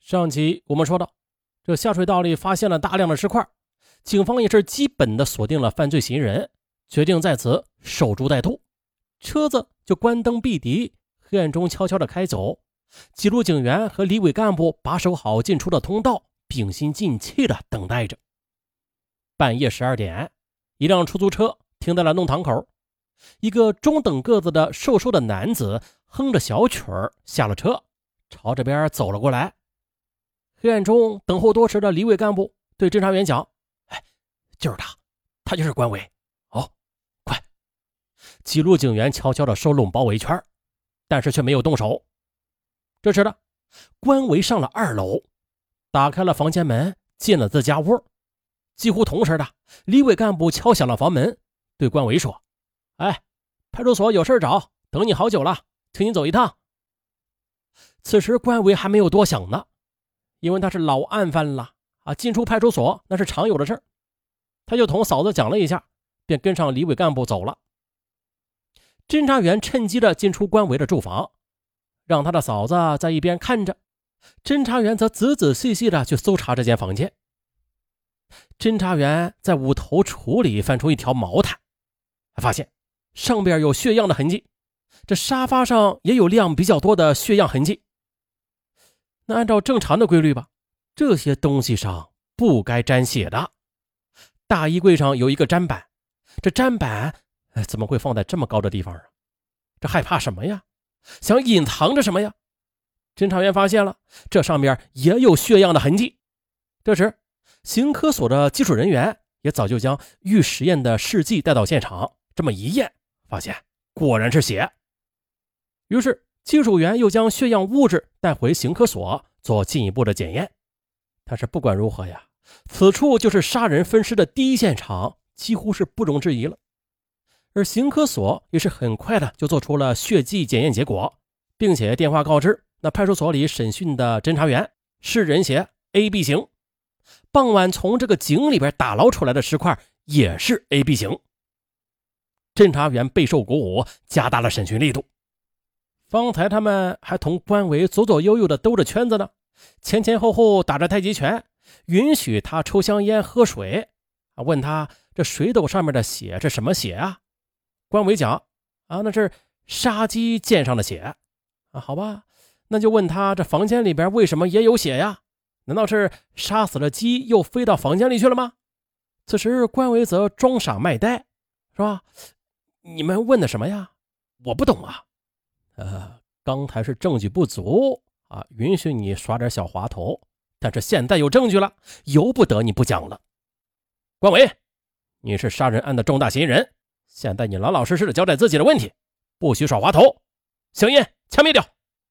上集我们说到，这下水道里发现了大量的尸块，警方也是基本的锁定了犯罪嫌疑人，决定在此守株待兔。车子就关灯闭敌，黑暗中悄悄的开走。几路警员和里委干部把守好进出的通道，屏心静气的等待着。半夜12点，一辆出租车停在了弄堂口，一个中等个子的瘦瘦的男子哼着小曲儿下了车，朝这边走了过来。黑暗中等候多时的里委干部对侦查员讲：“哎，就是他就是关伟。哦，快！”几路警员悄悄地收拢包围圈，但是却没有动手。这时的关伟上了2楼，打开了房间门，进了自家屋。几乎同时的，里委干部敲响了房门，对关伟说：“哎，派出所有事找，等你好久了，请你走一趟。”此时关伟还没有多想呢，因为他是老案犯了进出派出所那是常有的事儿。他就同嫂子讲了一下，便跟上里委干部走了。侦查员趁机的进出关伟的住房，让他的嫂子在一边看着，侦查员则仔仔细细的去搜查这间房间。侦查员在五头橱里翻出一条毛毯，发现上边有血样的痕迹，这沙发上也有量比较多的血样痕迹。那按照正常的规律吧，这些东西上不该沾血的。大衣柜上有一个砧板，这砧板怎么会放在这么高的地方啊？这害怕什么呀？想隐藏着什么呀？侦查员发现了，这上面也有血样的痕迹。这时刑科所的技术人员也早就将预实验的试剂带到现场，这么一验，发现果然是血。于是技术员又将血样物质带回刑科所做进一步的检验。但是不管如何呀，此处就是杀人分尸的第一现场，几乎是不容置疑了。而刑科所也是很快的就做出了血迹检验结果，并且电话告知那派出所里审讯的侦查员是人血 AB 型。傍晚从这个井里边打捞出来的尸块也是 AB 型。侦查员备受鼓舞，加大了审讯力度。方才他们还同关伟左左右右的兜着圈子呢，前前后后打着太极拳，允许他抽香烟喝水，问他这水斗上面的血是什么血啊？关伟讲那是杀鸡溅上的血好吧，那就问他这房间里边为什么也有血呀？难道是杀死了鸡又飞到房间里去了吗？此时关伟则装傻卖呆，是吧？你们问的什么呀？我不懂啊。刚才是证据不足允许你耍点小滑头，但是现在有证据了，由不得你不讲了。关伟，你是杀人案的重大嫌疑人，现在你老老实实的交代自己的问题，不许耍滑头。香烟枪灭掉。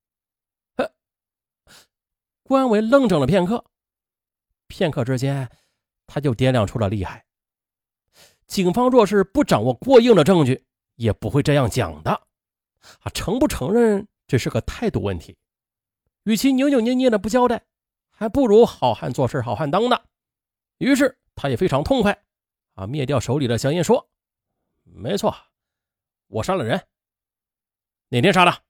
关伟愣怔了片刻，片刻之间他就掂量出了厉害。警方若是不掌握过硬的证据，也不会这样讲的承不承认这是个态度问题。与其扭扭捏捏的不交代，还不如好汉做事好汉当的。于是他也非常痛快灭掉手里的香烟说：“没错，我杀了人。哪天杀的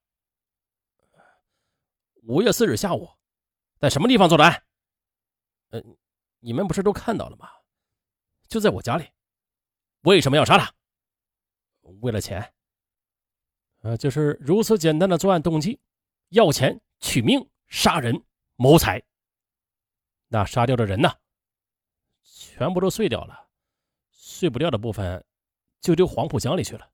？5月4日下午。在什么地方做的案？你们不是都看到了吗？就在我家里。为什么要杀他？为了钱。就是如此简单的作案动机，要钱、取命、杀人、谋财。那杀掉的人呢？全部都碎掉了，碎不掉的部分就丢黄浦江里去了。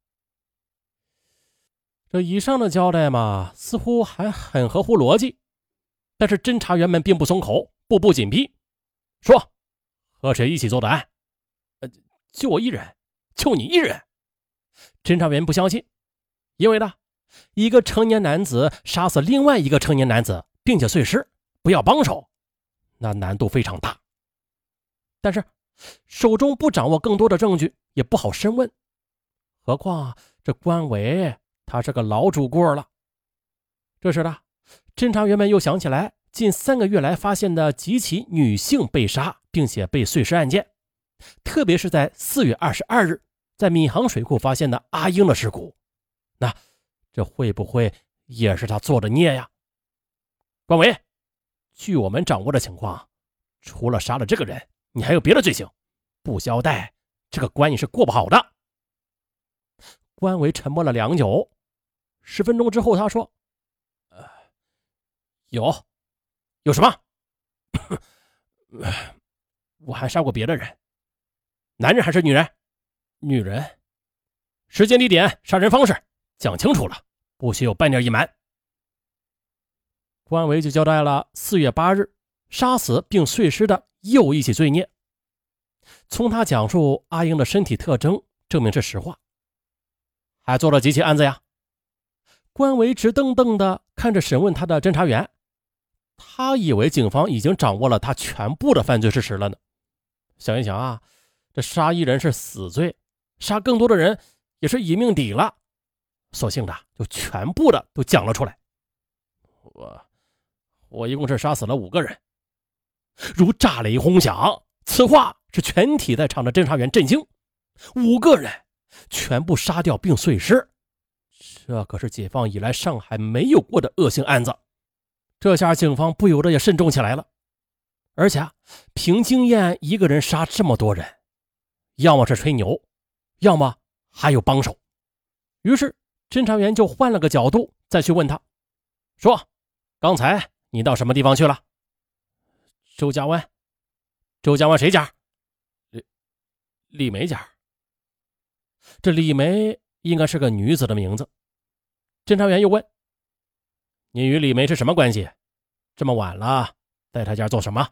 这以上的交代嘛，似乎还很合乎逻辑。但是侦查员们并不松口，步步紧逼，说和谁一起做的案？就我一人，就你一人。侦查员不相信，因为呢，一个成年男子杀死另外一个成年男子，并且碎尸，不要帮手，那难度非常大。但是手中不掌握更多的证据，也不好深问。何况这关伟他是个老主顾了。这时呢，侦查员们又想起来近3个月来发现的几起女性被杀并且被碎尸案件，特别是在4月22日在闵行水库发现的阿英的尸骨，那这会不会也是他做的孽呀？关伟， 据我们掌握的情况，除了杀了这个人，你还有别的罪行，不交代，这个关你是过不好的。关维沉默了良久，10分钟之后他说：有什么？我还杀过别的人。男人还是女人？女人。时间地点杀人方式讲清楚了，不许有半点隐瞒。关维就交代了4月8日杀死并碎尸的又一起罪孽。从他讲述阿英的身体特征证明是实话。还做了几起案子呀？关维直瞪瞪地看着审问他的侦查员，他以为警方已经掌握了他全部的犯罪事实了呢。想一想啊，这杀一人是死罪，杀更多的人也是以命抵了，索性的就全部的都讲了出来。我一共是杀死了5个人。如炸雷轰响，此话是全体在场的侦查员震惊。5个人全部杀掉并碎尸，这可是解放以来上海没有过的恶性案子。这下警方不由得也慎重起来了。而且凭经验，一个人杀这么多人，要么是吹牛，要么还有帮手。于是侦查员就换了个角度再去问他，说：刚才你到什么地方去了？周家湾。周家湾谁家？李梅家。这李梅应该是个女子的名字。侦查员又问：你与李梅是什么关系？这么晚了在她家做什么？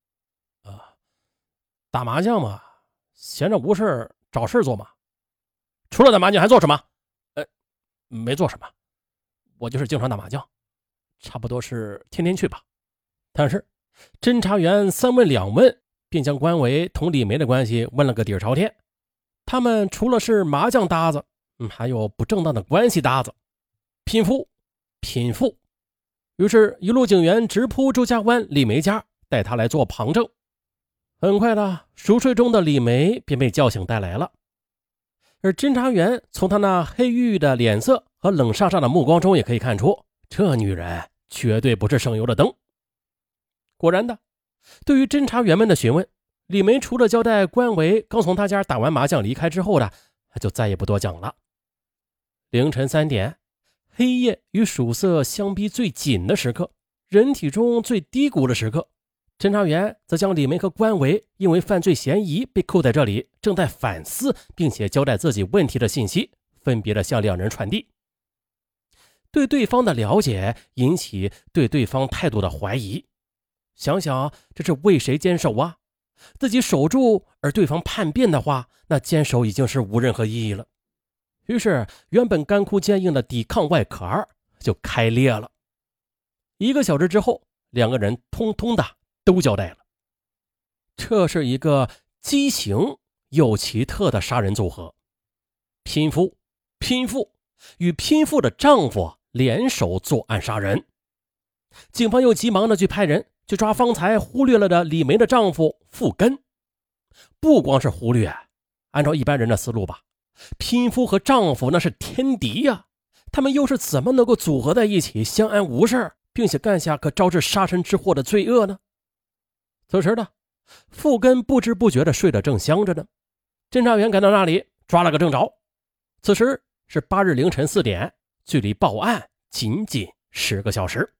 打麻将嘛，闲着无事找事做嘛。除了打麻将还做什么？没做什么，我就是经常打麻将，差不多是天天去吧。但是侦查员3问2问，便将关维同李梅的关系问了个底儿朝天。他们除了是麻将搭子，还有不正当的关系搭子，拼夫。于是一路警员直扑周家湾李梅家，带他来做旁证。很快的，熟睡中的李梅便被叫醒带来了。而侦查员从他那黑郁郁的脸色和冷煞煞的目光中也可以看出，这女人绝对不是省油的灯。果然的，对于侦查员们的询问，李梅除了交代关维刚从他家打完麻将离开之后的，就再也不多讲了。凌晨3点，黑夜与曙色相逼最紧的时刻，人体中最低谷的时刻，侦查员则将李梅和关维因为犯罪嫌疑被扣在这里，正在反思并且交代自己问题的信息，分别的向2人传递。对对方的了解引起对对方态度的怀疑。想想这是为谁坚守啊？自己守住，而对方叛变的话，那坚守已经是无任何意义了。于是原本干枯坚硬的抵抗外壳就开裂了。1个小时之后，2个人通通的都交代了。这是一个畸形又奇特的杀人组合，拼夫与拼夫的丈夫联手作案杀人。警方又急忙的去派人去抓方才忽略了的李梅的丈夫傅根。不光是忽略，按照一般人的思路吧，拼夫和丈夫那是天敌呀，他们又是怎么能够组合在一起相安无事，并且干下可招致杀身之祸的罪恶呢？此时的傅根不知不觉的睡得正香着呢。侦查员赶到那里抓了个正着。此时是8日凌晨4点，距离报案仅仅10个小时。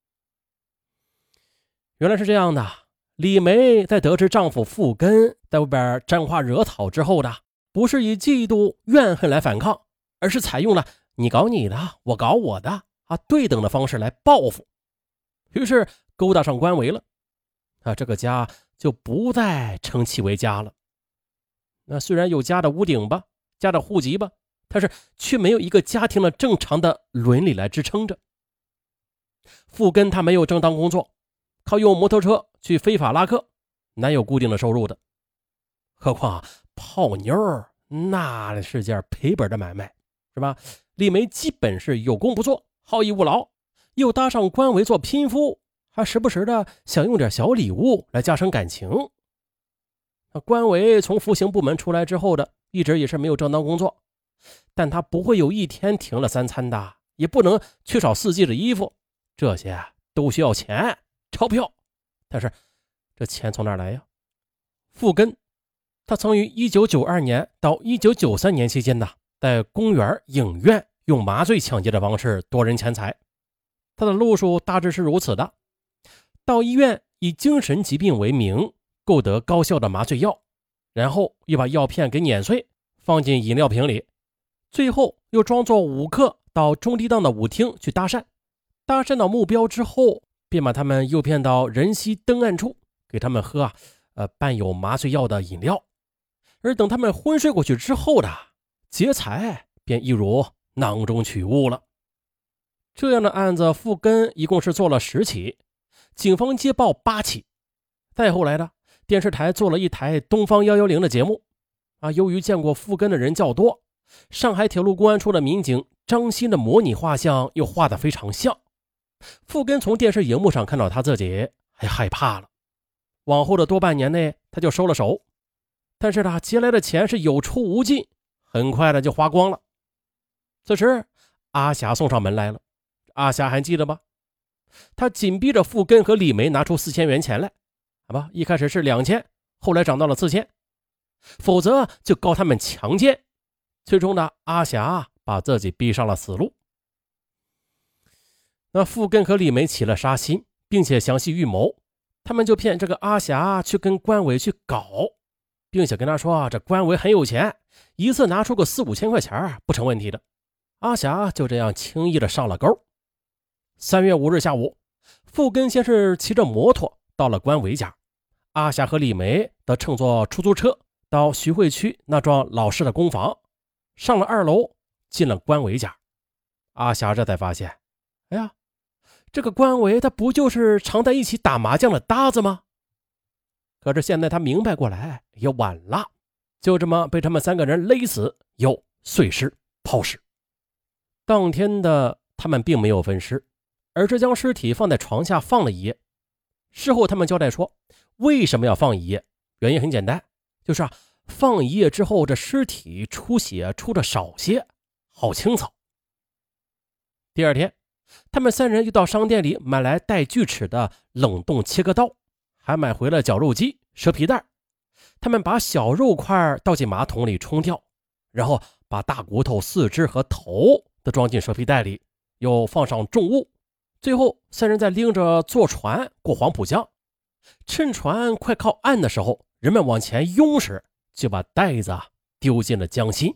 原来是这样的，李梅在得知丈夫傅根在外边沾花惹草之后的，不是以嫉妒怨恨来反抗，而是采用了你搞你的我搞我的对等的方式来报复。于是勾搭上关维了，这个家就不再称其为家了。那虽然有家的屋顶吧，家的户籍吧，但是却没有一个家庭的正常的伦理来支撑着。傅根他没有正当工作，靠用摩托车去非法拉客，难有固定的收入的。何况泡妞那是件赔本的买卖，是吧？李梅基本是有功不做，好逸恶劳，又搭上关维做拼夫，还时不时的想用点小礼物来加深感情。关维从服刑部门出来之后的，一直也是没有正当工作，但他不会有一天停了3餐的，也不能缺少4季的衣服，这些都需要钱， 钞票，但是这钱从哪来呀？傅根他曾于1992年到1993年期间呢，在公园、影院用麻醉抢劫的方式夺人钱财。他的路数大致是如此的：到医院以精神疾病为名购得高效的麻醉药，然后又把药片给碾碎，放进饮料瓶里，最后又装作舞客到中低档的舞厅去搭讪，搭讪到目标之后，便把他们诱骗到人稀灯暗处，给他们喝伴有麻醉药的饮料。而等他们昏睡过去之后的劫财便一如囊中取物了。这样的案子傅根一共是做了10起，警方接报8起。再后来的电视台做了一台东方110的节目由于见过傅根的人较多，上海铁路公安处的民警张鑫的模拟画像又画得非常像。傅根从电视荧幕上看到他自己还害怕了，往后的多半年内他就收了手，但是他劫来的钱是有出无进，很快的就花光了。此时阿霞送上门来了，阿霞还记得吗？他紧逼着傅根和李梅拿出4000元钱来，好吧，一开始是2000，后来涨到了4000，否则就告他们强奸。最终呢，阿霞把自己逼上了死路。那傅根和李梅起了杀心，并且详细预谋，他们就骗这个阿霞去跟关伟去搞，并且跟他说这关伟很有钱，一次拿出个4、5千块钱不成问题的。阿霞就这样轻易的上了钩。3月5日下午，傅根先是骑着摩托到了关伟家，阿霞和李梅则乘坐出租车到徐汇区那幢老式的公房，上了2楼，进了关伟家。阿霞这才发现，哎呀，这个关伟他不就是常在一起打麻将的搭子吗？可是现在他明白过来也晚了，就这么被他们3个人勒死，又碎尸抛尸。当天的他们并没有分尸，而是将尸体放在床下放了一夜。事后他们交代说，为什么要放一夜？原因很简单，就是放一夜之后，这尸体出血出的少些，好清扫。第二天，他们3人又到商店里买来带锯齿的冷冻切割刀，还买回了绞肉机、蛇皮袋。他们把小肉块倒进马桶里冲掉，然后把大骨头、四肢和头都装进蛇皮袋里，又放上重物。最后3人再拎着坐船过黄浦江，趁船快靠岸的时候，人们往前拥时，就把袋子丢进了江心。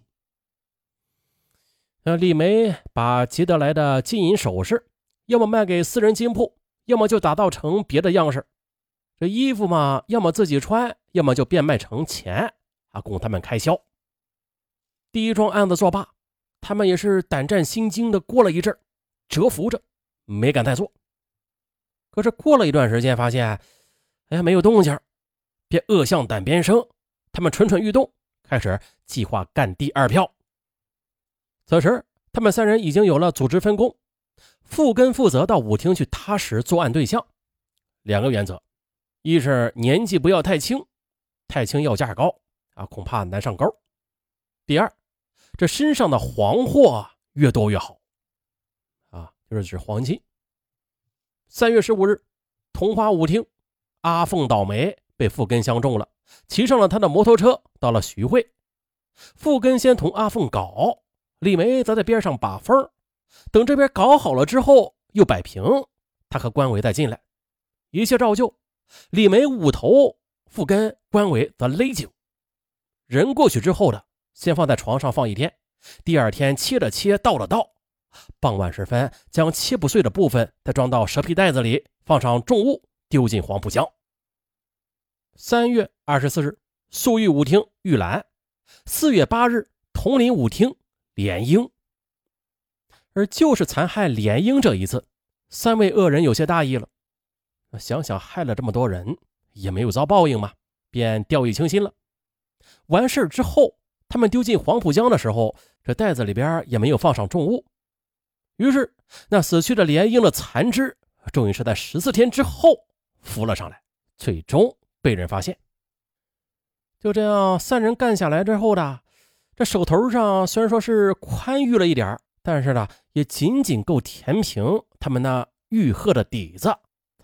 李梅把劫得来的金银首饰，要么卖给私人金铺，要么就打造成别的样式。这衣服嘛，要么自己穿，要么就变卖成钱供他们开销。第一桩案子作罢，他们也是胆战心惊的过了一阵，蛰伏着没敢再做。可是过了一段时间，发现没有动静，便恶向胆边生，他们蠢蠢欲动，开始计划干第2票。此时他们3人已经有了组织分工，傅根负责到舞厅去踏实作案对象。2个原则，一是年纪不要太轻，太轻要价高恐怕难上钩。第二，这身上的黄货越多越好就是指黄金。3月15日，同花舞厅，阿凤倒霉被傅根相中了，骑上了他的摩托车到了徐汇。傅根先同阿凤搞，李梅则在边上把风，等这边搞好了之后又摆平，他和关伟再进来，一切照旧。李梅捂头，傅根、关伟则勒颈。人过去之后的，先放在床上放1天，第2天切了切，倒了倒，傍晚时分将切不碎的部分再装到蛇皮袋子里，放上重物，丢进黄浦江。3月24日，宿豫舞厅玉兰；4月8日，铜陵舞厅联英。而就是残害联英这一次，3位恶人有些大意了，想想害了这么多人也没有遭报应嘛，便掉以轻心了。完事之后，他们丢进黄浦江的时候，这袋子里边也没有放上重物。于是那死去的联英的残肢终于是在14天之后浮了上来，最终被人发现。就这样3人干下来之后的，这手头上虽然说是宽裕了一点，但是呢也仅仅够填平他们那欲壑的底子，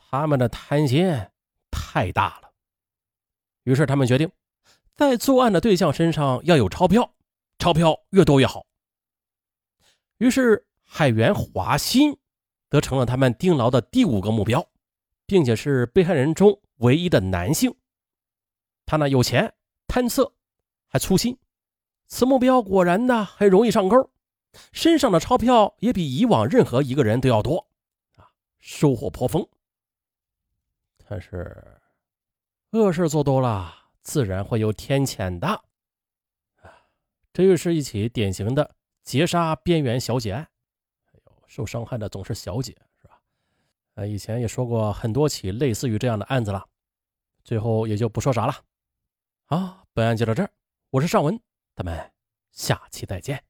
他们的贪心太大了。于是他们决定在作案的对象身上要有钞票，钞票越多越好。于是海员华歆则成了他们定牢的第5个目标，并且是被害人中唯一的男性。他呢有钱、贪色，还粗心，此目标果然的很容易上钩，身上的钞票也比以往任何一个人都要多收获颇丰。但是恶事做多了，自然会有天谴的。这又是一起典型的劫杀边缘小姐案。受伤害的总是小姐，是吧？以前也说过很多起类似于这样的案子了，最后也就不说啥了。好，本案就到这儿，我是尚文，咱们下期再见。